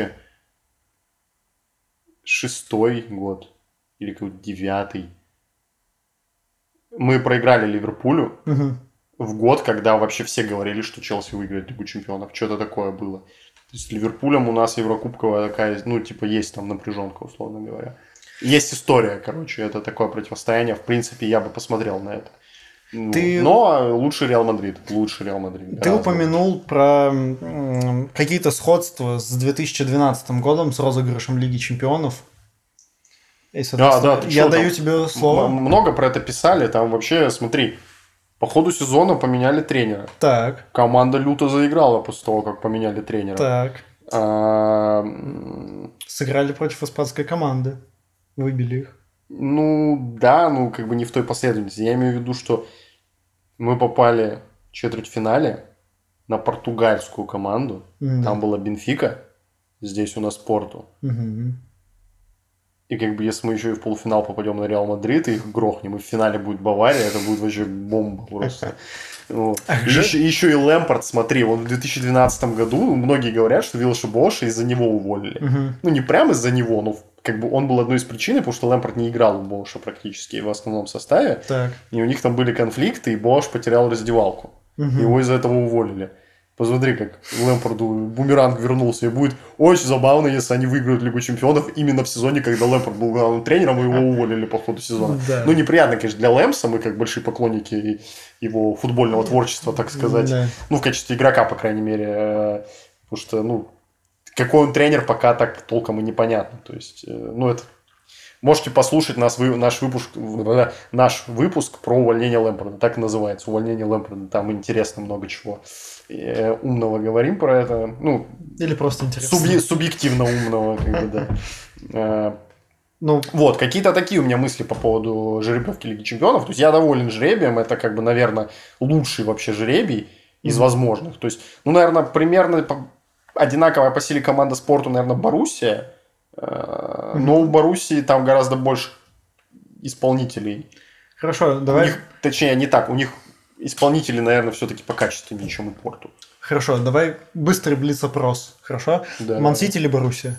2006 год или какой-то 2009. Мы проиграли Ливерпулю в год, когда вообще все говорили, что Челси выиграет Лигу Чемпионов. Что-то такое было. То есть с Ливерпулем у нас еврокубковая такая, ну, типа, есть там напряженка, условно говоря. Есть история, короче, это такое противостояние. В принципе, я бы посмотрел на это. Но лучше Реал Мадрид. Ты упомянул про какие-то сходства с 2012 годом, с розыгрышем Лиги Чемпионов. И, да, я даю тебе слово. Много про это писали. Там вообще, смотри, по ходу сезона поменяли тренера. Так. Команда люто заиграла после того, как поменяли тренера. Так. Сыграли против испанской команды. Выбили их. Ну, да, как бы не в той последовательности. Я имею в виду, что мы попали в четвертьфинале на португальскую команду. Там была Бенфика, здесь у нас Порту. И как бы если мы еще и в полуфинал попадем на Реал Мадрид и их грохнем, и в финале будет Бавария, это будет вообще бомба просто. Вот. Еще и Лэмпард, смотри, вот в 2012 году многие говорят, что Виллоша Боша из-за него уволили. Ну, не прямо из-за него, но как бы он был одной из причин, потому что Лэмпард не играл у Боша практически в основном составе. Так. И у них там были конфликты, и Бош потерял раздевалку. Его из-за этого уволили. Посмотри, как Лэмпарду бумеранг вернулся. И будет очень забавно, если они выиграют Лигу Чемпионов именно в сезоне, когда Лэмпард был главным тренером, и его уволили по ходу сезона. Да. Ну, неприятно, конечно, для Лэмпса. Мы как большие поклонники его футбольного творчества, так сказать. Да. Ну, в качестве игрока, по крайней мере. Потому что, ну, какой он тренер, пока так толком и непонятно. То есть, ну, это... Можете послушать наш выпуск про увольнение Лэмпарда. Так и называется. Увольнение Лэмпарда. Там интересно много чего умного говорим про это. Ну, или просто интересно. Субъективно умного. Как бы, да. Ну, вот, какие-то такие у меня мысли по поводу жеребьевки Лиги Чемпионов. То есть, я доволен жребием. Это, как бы, наверное, лучший вообще жребий из возможных. То есть, ну, наверное, примерно одинаковая по силе команда спорту, наверное, Боруссия. Но у Боруссии там гораздо больше исполнителей. Хорошо, давай... Точнее, не так. У них исполнители, наверное, все-таки покачественнее, чем у Порту. Хорошо, давай быстрый блиц-опрос. Хорошо? Да. Ман-Сити или Боруссия?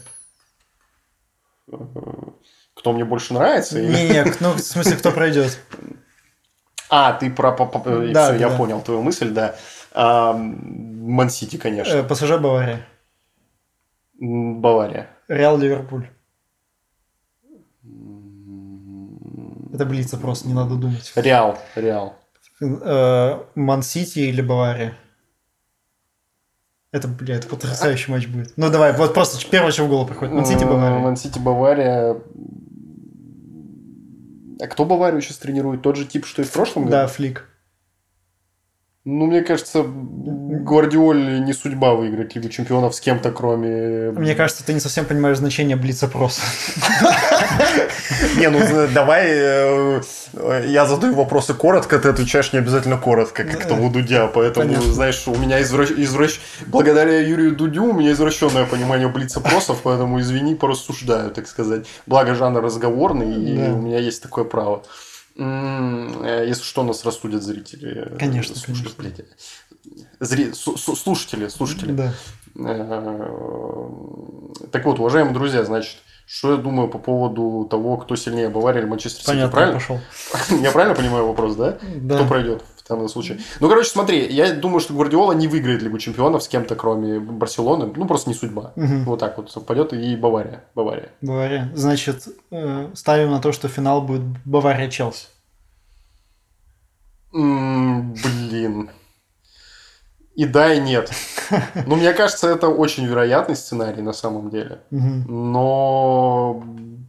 Кто мне больше нравится? Не, ну, в смысле, кто пройдет? Ты про... Да, все, я понял твою мысль, да. Ман-Сити, конечно. ПСЖ, Бавария. Бавария. Реал, Ливерпуль. Это блиц-опрос, не надо думать. Реал. Ман-Сити или Бавария? Это, это потрясающий матч будет. Ну, давай, вот просто первое, что в голову приходит. Ман-Сити, Бавария. Ман-Сити, Бавария. А кто Баварию сейчас тренирует? Тот же тип, что и в прошлом году? Да, Флик. Ну, мне кажется, Гвардиоле не судьба выиграть Лигу Чемпионов с кем-то, кроме... Мне кажется, ты не совсем понимаешь значение блиц-опроса. Не, ну давай я задаю вопросы коротко, ты отвечаешь не обязательно коротко, как тому Дудя. Поэтому, знаешь, у меня благодаря Юрию Дудю у меня извращенное понимание блиц-опросов, поэтому, извини, порассуждаю, так сказать. Благо, жанр разговорный, и у меня есть такое право. Если что, нас рассудят зрители. Конечно. Слушатели. Да. Так вот, уважаемые друзья, значит, что я думаю по поводу того, кто сильнее, Бавария или Манчестер Сити? Понятно, правильно? Пошел. Я правильно понимаю вопрос, да? Да. Кто пройдет в данном случае? Ну, короче, смотри, я думаю, что Гвардиола не выиграет Лигу Чемпионов с кем-то, кроме Барселоны. Ну, просто не судьба. Вот так вот совпадет, и Бавария. Бавария. Значит, ставим на то, что финал будет Бавария-Челси. Блин. И да, и нет. Ну, мне кажется, это очень вероятный сценарий на самом деле. Но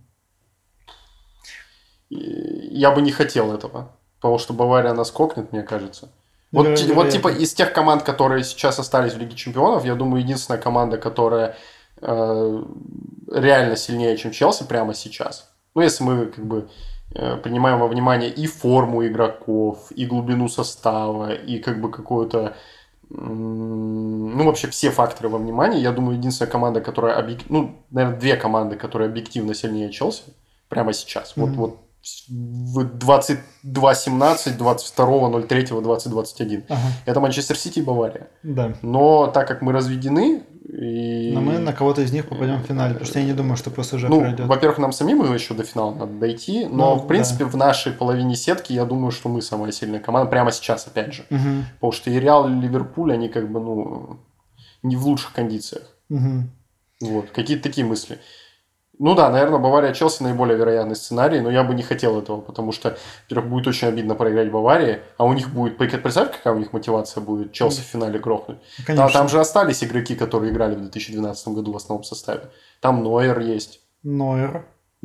я бы не хотел этого. Потому что Бавария наскокнет, мне кажется. Вот типа из тех команд, которые сейчас остались в Лиге Чемпионов, я думаю, единственная команда, которая реально сильнее, чем Челси прямо сейчас. Ну, если мы как бы принимаем во внимание и форму игроков, и глубину состава, и как бы какую-то... Ну, вообще все факторы во внимание. Я думаю, единственная команда, которая... Ну, наверное, две команды, которые объективно сильнее Челси прямо сейчас. Вот в 22-17, 22-03-2021. Это Манчестер Сити и Бавария. Да. Но так как мы разведены... Но мы на кого-то из них попадем в финале, потому что я не думаю, что ПСЖ пройдет. Во-первых, нам самим еще до финала надо дойти, но, в принципе, в нашей половине сетки я думаю, что мы самая сильная команда прямо сейчас, опять же. Потому что и Реал, и Ливерпуль, они как бы, ну, не в лучших кондициях. Вот, какие-то такие мысли. Ну да, наверное, Бавария-Челси наиболее вероятный сценарий, но я бы не хотел этого, потому что, во-первых, будет очень обидно проиграть Баварии, а у них будет... Представь, какая у них мотивация будет Челси в финале грохнуть. Конечно. Там же остались игроки, которые играли в 2012 году в основном составе. Там Нойер есть. Нойер.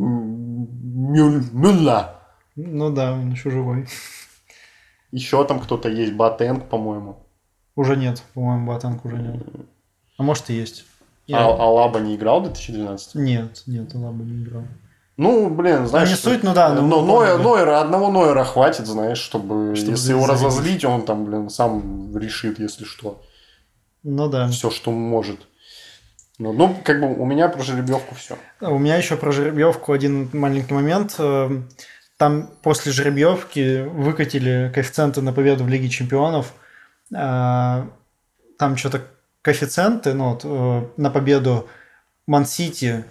Мюлла. Ну да, он еще живой. Еще там кто-то есть, Батенг, по-моему. Уже нет, по-моему, Батенг уже нет. А может и есть. Алаба не играл в 2012? Нет, Алаба не играл. Ну, блин, знаешь... Не суть, ну да. Нойера, одного Нойера хватит, знаешь, чтобы если его разозлить. разозлить, он там, блин, сам решит, если что. Ну да. Все, что может. Ну, как бы у меня про жеребьевку все. У меня еще про жеребьевку один маленький момент. Там после жеребьевки выкатили коэффициенты на победу в Лиге Чемпионов. Там что-то коэффициенты, на победу Ман-Сити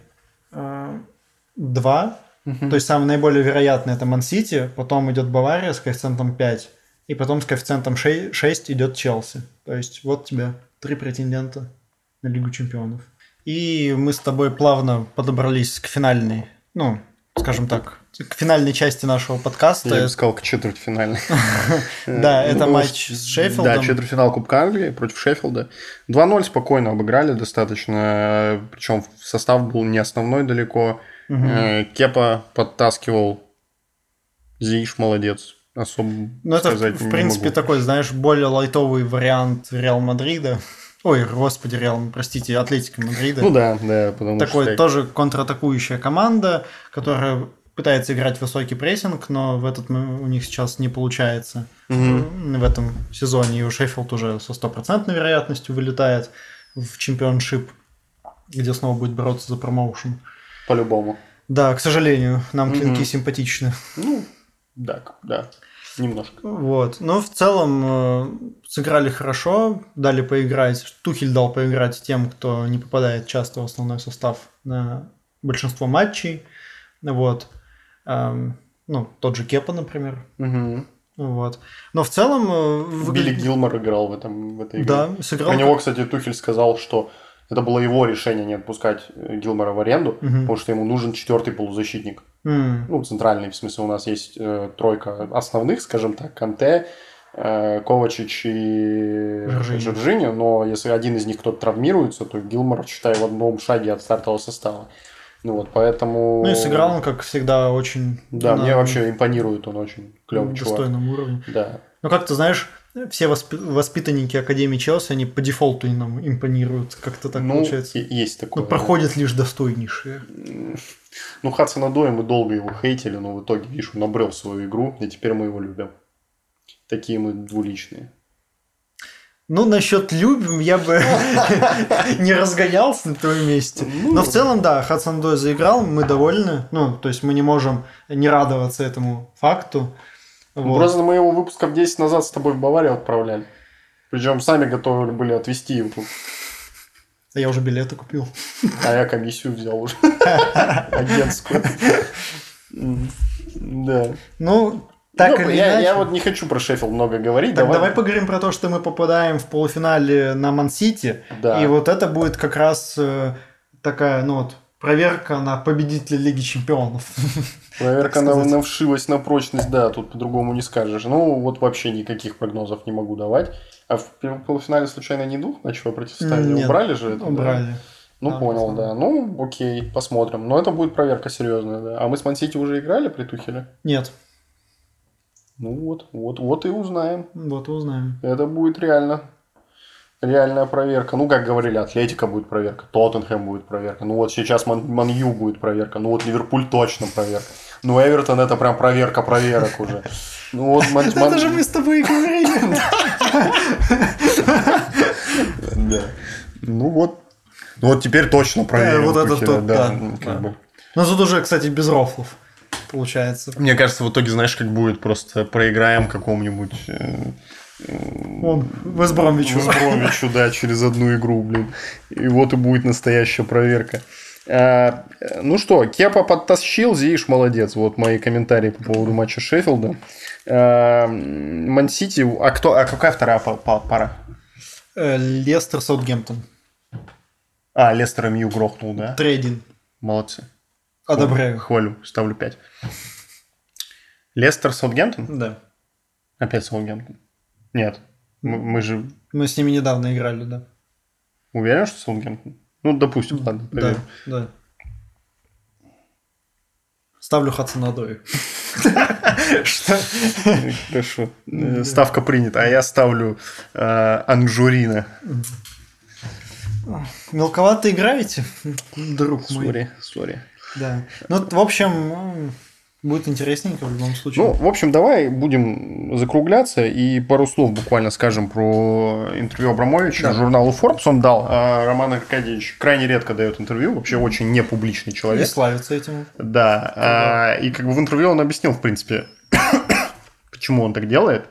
2. То есть самый наиболее вероятный это Ман-Сити, потом идет Бавария с коэффициентом 5, и потом с коэффициентом 6 идет Челси. То есть вот тебе 3 претендента на Лигу Чемпионов. И мы с тобой плавно подобрались к финальной, скажем так, к финальной части нашего подкаста. Я бы сказал, к четвертьфинальной. Да, это матч с Шеффилдом. Да, четвертьфинал Кубка Англии против Шеффилда. 2-0 спокойно обыграли достаточно, причем состав был не основной далеко. Кепа подтаскивал. Зииш молодец. Особо сказать это, в принципе, такой, знаешь, более лайтовый вариант Реал Мадрида. Ой, господи, простите, Атлетико Мадрида. Ну да, потому что... Такой что... тоже контратакующая команда, которая пытается играть высокий прессинг, но в этот у них сейчас не получается. В этом сезоне и у Шеффилд уже со 100% вероятностью вылетает в чемпионшип, где снова будет бороться за промоушен. По-любому. Да, к сожалению, нам клинки симпатичны. Ну, да, немножко. Вот. Но в целом сыграли хорошо, дали поиграть. Тухель дал поиграть тем, кто не попадает часто в основной состав на большинство матчей. Вот. Тот же Кепа, например. Вот. Но в целом... Билли Гилмор играл в этой игре. Да, сыграл. Про него, кстати, Тухель сказал, что это было его решение не отпускать Гилмора в аренду, потому что ему нужен 4-й полузащитник. Центральный, в смысле, у нас есть тройка основных, скажем так, Канте, Ковачич и Жоржиньо, но если один из них кто-то травмируется, то Гилмор, считай, в одном шаге от стартового состава. Поэтому... и сыграл он, как всегда, очень... Да, мне вообще импонирует, он очень клевый чувак. На достойном уровне. Да. Как ты знаешь, все воспитанники Академии Челси, они по дефолту нам импонируют. Как-то так получается. Есть такое. Проходят лишь достойнейшие. Хадсон-Одой, мы долго его хейтили, но в итоге, видишь, он обрел свою игру, и теперь мы его любим. Такие мы двуличные. Насчет любим я бы не разгонялся на твоем месте. Но в целом, да, Хадсон-Одой заиграл, мы довольны. То есть мы не можем не радоваться этому факту. Просто мы его выпусков 10 назад с тобой в Баварию отправляли. Причем сами готовы были отвезти его. А я уже билеты купил. А я комиссию взял уже. Агентскую. Да. Так или иначе. Я не хочу про Шеффилд много говорить. Давай поговорим про то, что мы попадаем в полуфинале на Ман-Сити. Да. И это будет как раз такая, проверка на победителя Лиги Чемпионов. Проверка на вшивость, на прочность, да, тут по-другому не скажешь. Вообще никаких прогнозов не могу давать. А в полуфинале случайно не двух ночевое противостояние? Убрали же это? Убрали. Да? Понял, да. Окей, посмотрим. Но это будет проверка серьезная, да. А мы с Ман-Сити уже играли при Тухеле? Нет. Вот и узнаем. Вот и узнаем. Это будет реальная проверка. Как говорили, Атлетика будет проверка, Тоттенхэм будет проверка. Сейчас Ман-Ю будет проверка. Ливерпуль точно проверка. Эвертон это прям проверка проверок уже. Это же мы с тобой и говорили. Да. Теперь точно проверим. Да, это тот, да. Тут уже, кстати, без рофлов получается. Мне кажется, в итоге, знаешь, как будет, просто проиграем какому-нибудь... Вест Бромвичу. Да, через одну игру, блин. И будет настоящая проверка. Кепа подтащил, Зииш молодец. Мои комментарии по поводу матча Шеффилда. Ман-Сити... какая вторая пара? Лестер, Саутгемптон. Лестер МЮ грохнул, да? 3-1. Молодцы. Одобряю. Хвалю, ставлю 5. Лестер, Саутгемптон? Да. Опять Саутгемптон? Нет. Мы же... Мы с ними недавно играли, да. Уверен, что Саутгемптон? Ну, допустим, ладно, поверь. Да. Ставлю Хадсон-Одой. Что? Хорошо. Ставка принята. А я ставлю Анжурина. Мелковато играете, друг мой. Сори. Да. Ну, в общем, будет интересненько в любом случае. Ну, в общем, давай будем закругляться и пару слов буквально скажем про интервью Абрамовича журналу Forbes. Он дал. Роман Аркадьевич крайне редко дает интервью, вообще очень непубличный человек. И славится этим. Да. И как бы в интервью он объяснил, в принципе, почему он так делает.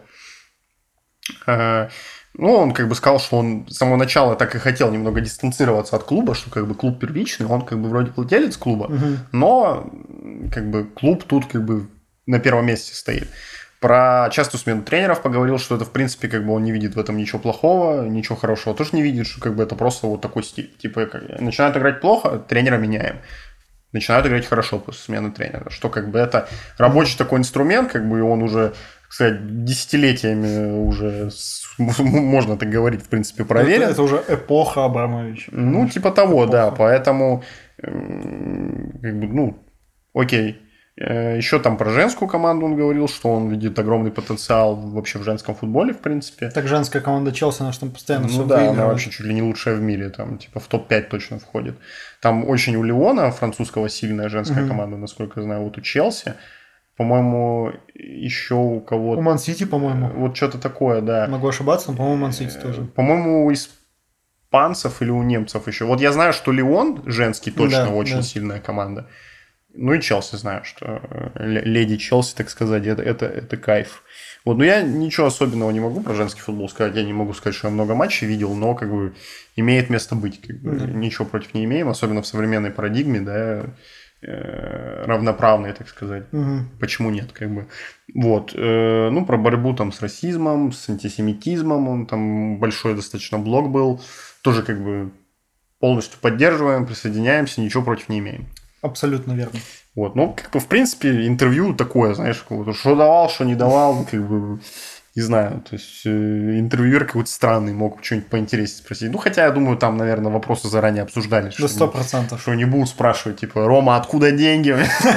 Ну, он как бы сказал, что он с самого начала так и хотел немного дистанцироваться от клуба, что как бы клуб первичный, он как бы вроде владелец клуба, но как бы клуб тут как бы на первом месте стоит. Про частую смену тренеров поговорил, что это в принципе как бы он не видит в этом ничего плохого, ничего хорошего тоже не видит, что как бы это просто вот такой стиль. Типа начинают играть плохо, тренера меняем. Начинают играть хорошо после смены тренера. Что как бы это рабочий такой инструмент, как бы и он уже, кстати, десятилетиями уже, можно так говорить, в принципе, проверен. Это уже эпоха Абрамовича. Ну, типа того, эпоха. Да. Поэтому, как бы, ну, окей. Еще там про женскую команду он говорил, что он видит огромный потенциал вообще в женском футболе, в принципе. Так женская команда Челси, она же там постоянно все выигрывает. Она вообще чуть ли не лучшая в мире, там типа в топ-5 точно входит. Там очень у Лиона, французского, сильная женская команда, насколько я знаю, вот у Челси. По-моему, еще у кого-то... У Ман-Сити, по-моему. Вот что-то такое, да. Могу ошибаться, но, по-моему, Ман-Сити тоже. По-моему, у испанцев или у немцев еще. Вот я знаю, что Лион женский точно очень сильная команда. Ну и Челси знаю, что леди Челси, так сказать, это кайф. Вот, но я ничего особенного не могу про женский футбол сказать. Я не могу сказать, что я много матчей видел, но как бы имеет место быть. Как бы, ничего против не имеем, особенно в современной парадигме, да, равноправной, так сказать. Почему нет, как бы. Вот. Ну, про борьбу там с расизмом, с антисемитизмом, он там большой достаточно блог был. Тоже как бы полностью поддерживаем, присоединяемся, ничего против не имеем. Абсолютно верно. Вот, ну, как бы, в принципе, интервью такое, знаешь, что давал, что не давал, как бы, не знаю, то есть, интервьюер какой-то странный, мог что-нибудь поинтереснее спросить. Ну, хотя, я думаю, там, наверное, вопросы заранее обсуждались. Да, 100%. Что не будут спрашивать, типа, Рома, откуда деньги?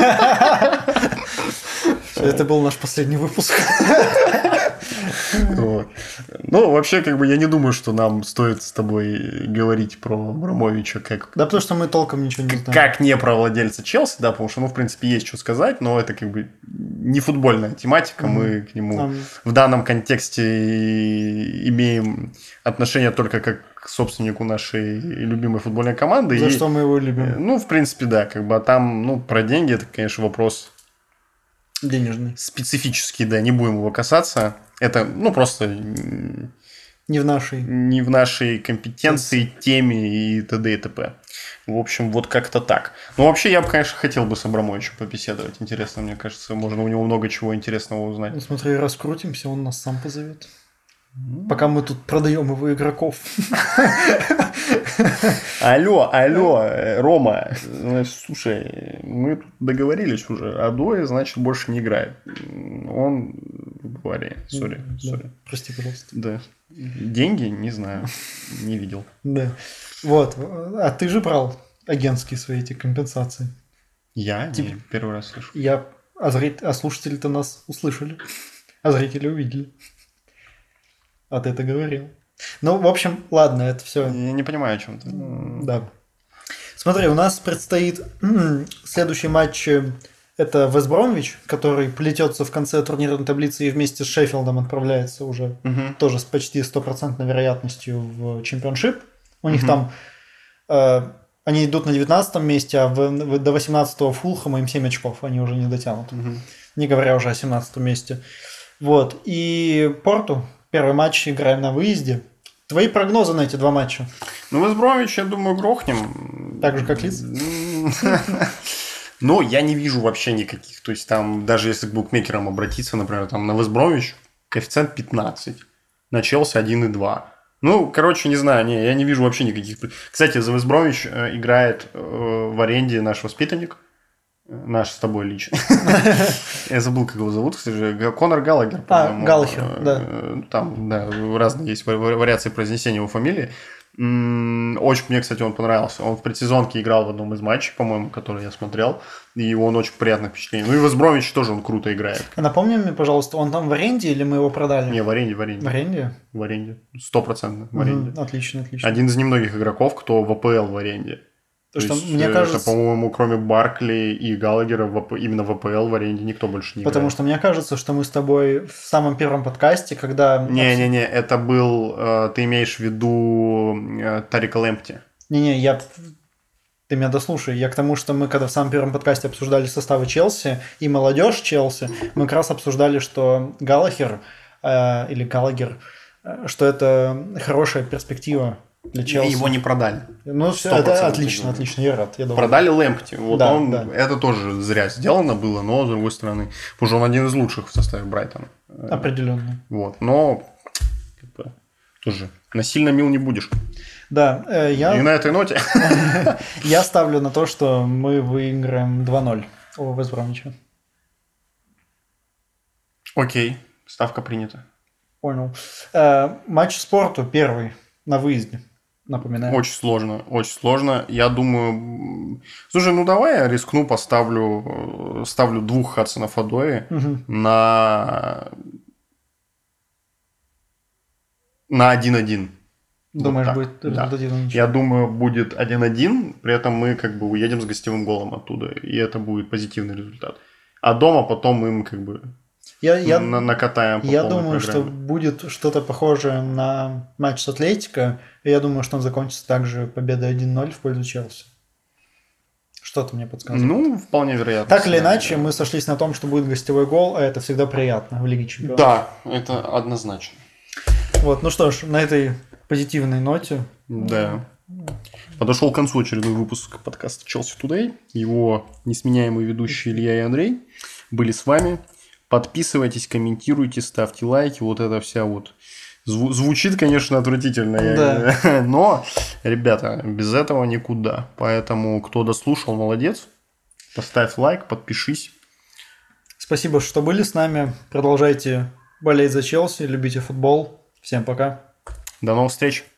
Это был наш последний выпуск. Вот. Ну, вообще, как бы, я не думаю, что нам стоит с тобой говорить про Абрамовича как... Да, потому что мы толком ничего не знаем. Как не про владельца Челси, да, потому что, ну, в принципе, есть что сказать, но это, как бы, не футбольная тематика, мы к нему в данном контексте имеем отношение только как к собственнику нашей любимой футбольной команды. За что мы его любим. Ну, в принципе, да, как бы, а там, ну, про деньги, это, конечно, вопрос... Денежный. Специфический, да, не будем его касаться. Это, ну, просто... Не в нашей компетенции, теме и т.д. и т.п. В общем, вот как-то так. Ну, вообще, я бы, конечно, хотел бы с Абрамовичем побеседовать. Интересно, мне кажется, можно у него много чего интересного узнать. Ну, смотри, раскрутимся, он нас сам позовет. Пока мы тут продаем его игроков. Алло, Рома, слушай, мы тут договорились уже, а Дой, значит, больше не играет. Он в аварии, сори. Прости, пожалуйста. Да. Деньги? Не знаю, не видел. Да. Вот, а ты же брал агентские свои эти компенсации. Я? Не, первый раз слышу. А слушатели-то нас услышали, а зрители увидели. А ты это говорил. Ну, в общем, ладно, это все. Я не понимаю, о чем ты. Да. Смотри, у нас предстоит следующий матч. Это Вест Бромвич, который плетется в конце турнирной таблицы и вместе с Шеффилдом отправляется уже тоже с почти 100% вероятностью в чемпионшип. У них там они идут на 19 месте, а до 18-го Фулхэма им 7 очков. Они уже не дотянут. Не говоря уже о 17 месте. Вот. И Порту. Первый матч играем на выезде. Твои прогнозы на эти два матча? Ну, Вест Бромвич, я думаю, грохнем. Так же, как Лидс? Но я не вижу вообще никаких. То есть, там, даже если к букмекерам обратиться, например, там на Вест Бромвич коэффициент 15, на Челси 1,2. Ну, короче, не знаю, я не вижу вообще никаких... Кстати, за Вест Бромвич играет в аренде наш воспитанник. Наш с тобой лично. Я забыл, как его зовут, кстати. Конор Галлагер, по-моему. Галлахер, да. Там, да, разные есть вариации произнесения его фамилии. Очень мне, кстати, он понравился. Он в предсезонке играл в одном из матчей, по-моему, который я смотрел. И он очень приятное впечатление. Ну и в Вест-Бромвиче тоже он круто играет. Напомни мне, пожалуйста, он там в аренде или мы его продали? Не, в аренде. В аренде? В аренде. 100% в аренде. Отлично. Один из немногих игроков, кто в АПЛ в аренде. То есть, мне кажется... это, по-моему, кроме Баркли и Галлагера, именно в АПЛ в аренде никто больше не играет. Потому что мне кажется, что мы с тобой в самом первом подкасте, когда... Не, это был... Ты имеешь в виду Тарика Лэмпти? Не, ты меня дослушай. Я к тому, что мы когда в самом первом подкасте обсуждали составы Челси и молодежь Челси, мы как раз обсуждали, что Галлахер или Галлагер, что это хорошая перспектива для Челси. Его не продали. Ну, все, это отлично, я рад. Продали Лэмпти. Вот да, он, да. Это тоже зря сделано было, но, с другой стороны, потому что он один из лучших в составе Брайтона. Определенно. Вот, но тоже насильно мил не будешь. Да, И на этой ноте. Я ставлю на то, что мы выиграем 2-0 у Вест-Бромвича. Окей, ставка принята. Понял. Матч спорту первый на выезде. Напоминаю. Очень сложно. Я думаю... Слушай, ну давай я рискну, ставлю 2 Хадсонов-Одои на 1-1. Думаешь, вот будет результативно ничего? Я думаю, будет 1-1, при этом мы как бы уедем с гостевым голом оттуда, и это будет позитивный результат. А дома потом им как бы накатаем по Я полной думаю, программе. что будет что-то похожее на матч с Атлетико, и я думаю, что он закончится также победой 1-0 в пользу Челси. Что-то мне подсказывает. Ну, вполне вероятно. Так или иначе, мы сошлись на том, что будет гостевой гол, а это всегда приятно в Лиге Чемпионов. Да, это однозначно. Вот, ну что ж, на этой позитивной ноте. Да. Подошел к концу очередной выпуск подкаста Chelsea Today. Его несменяемые ведущие Илья и Андрей были с вами. Подписывайтесь, комментируйте, ставьте лайки. Вот это вся вот... Звучит, конечно, отвратительно. Да. Но, ребята, без этого никуда. Поэтому, кто дослушал, молодец. Поставь лайк, подпишись. Спасибо, что были с нами. Продолжайте болеть за Челси, любите футбол. Всем пока. До новых встреч.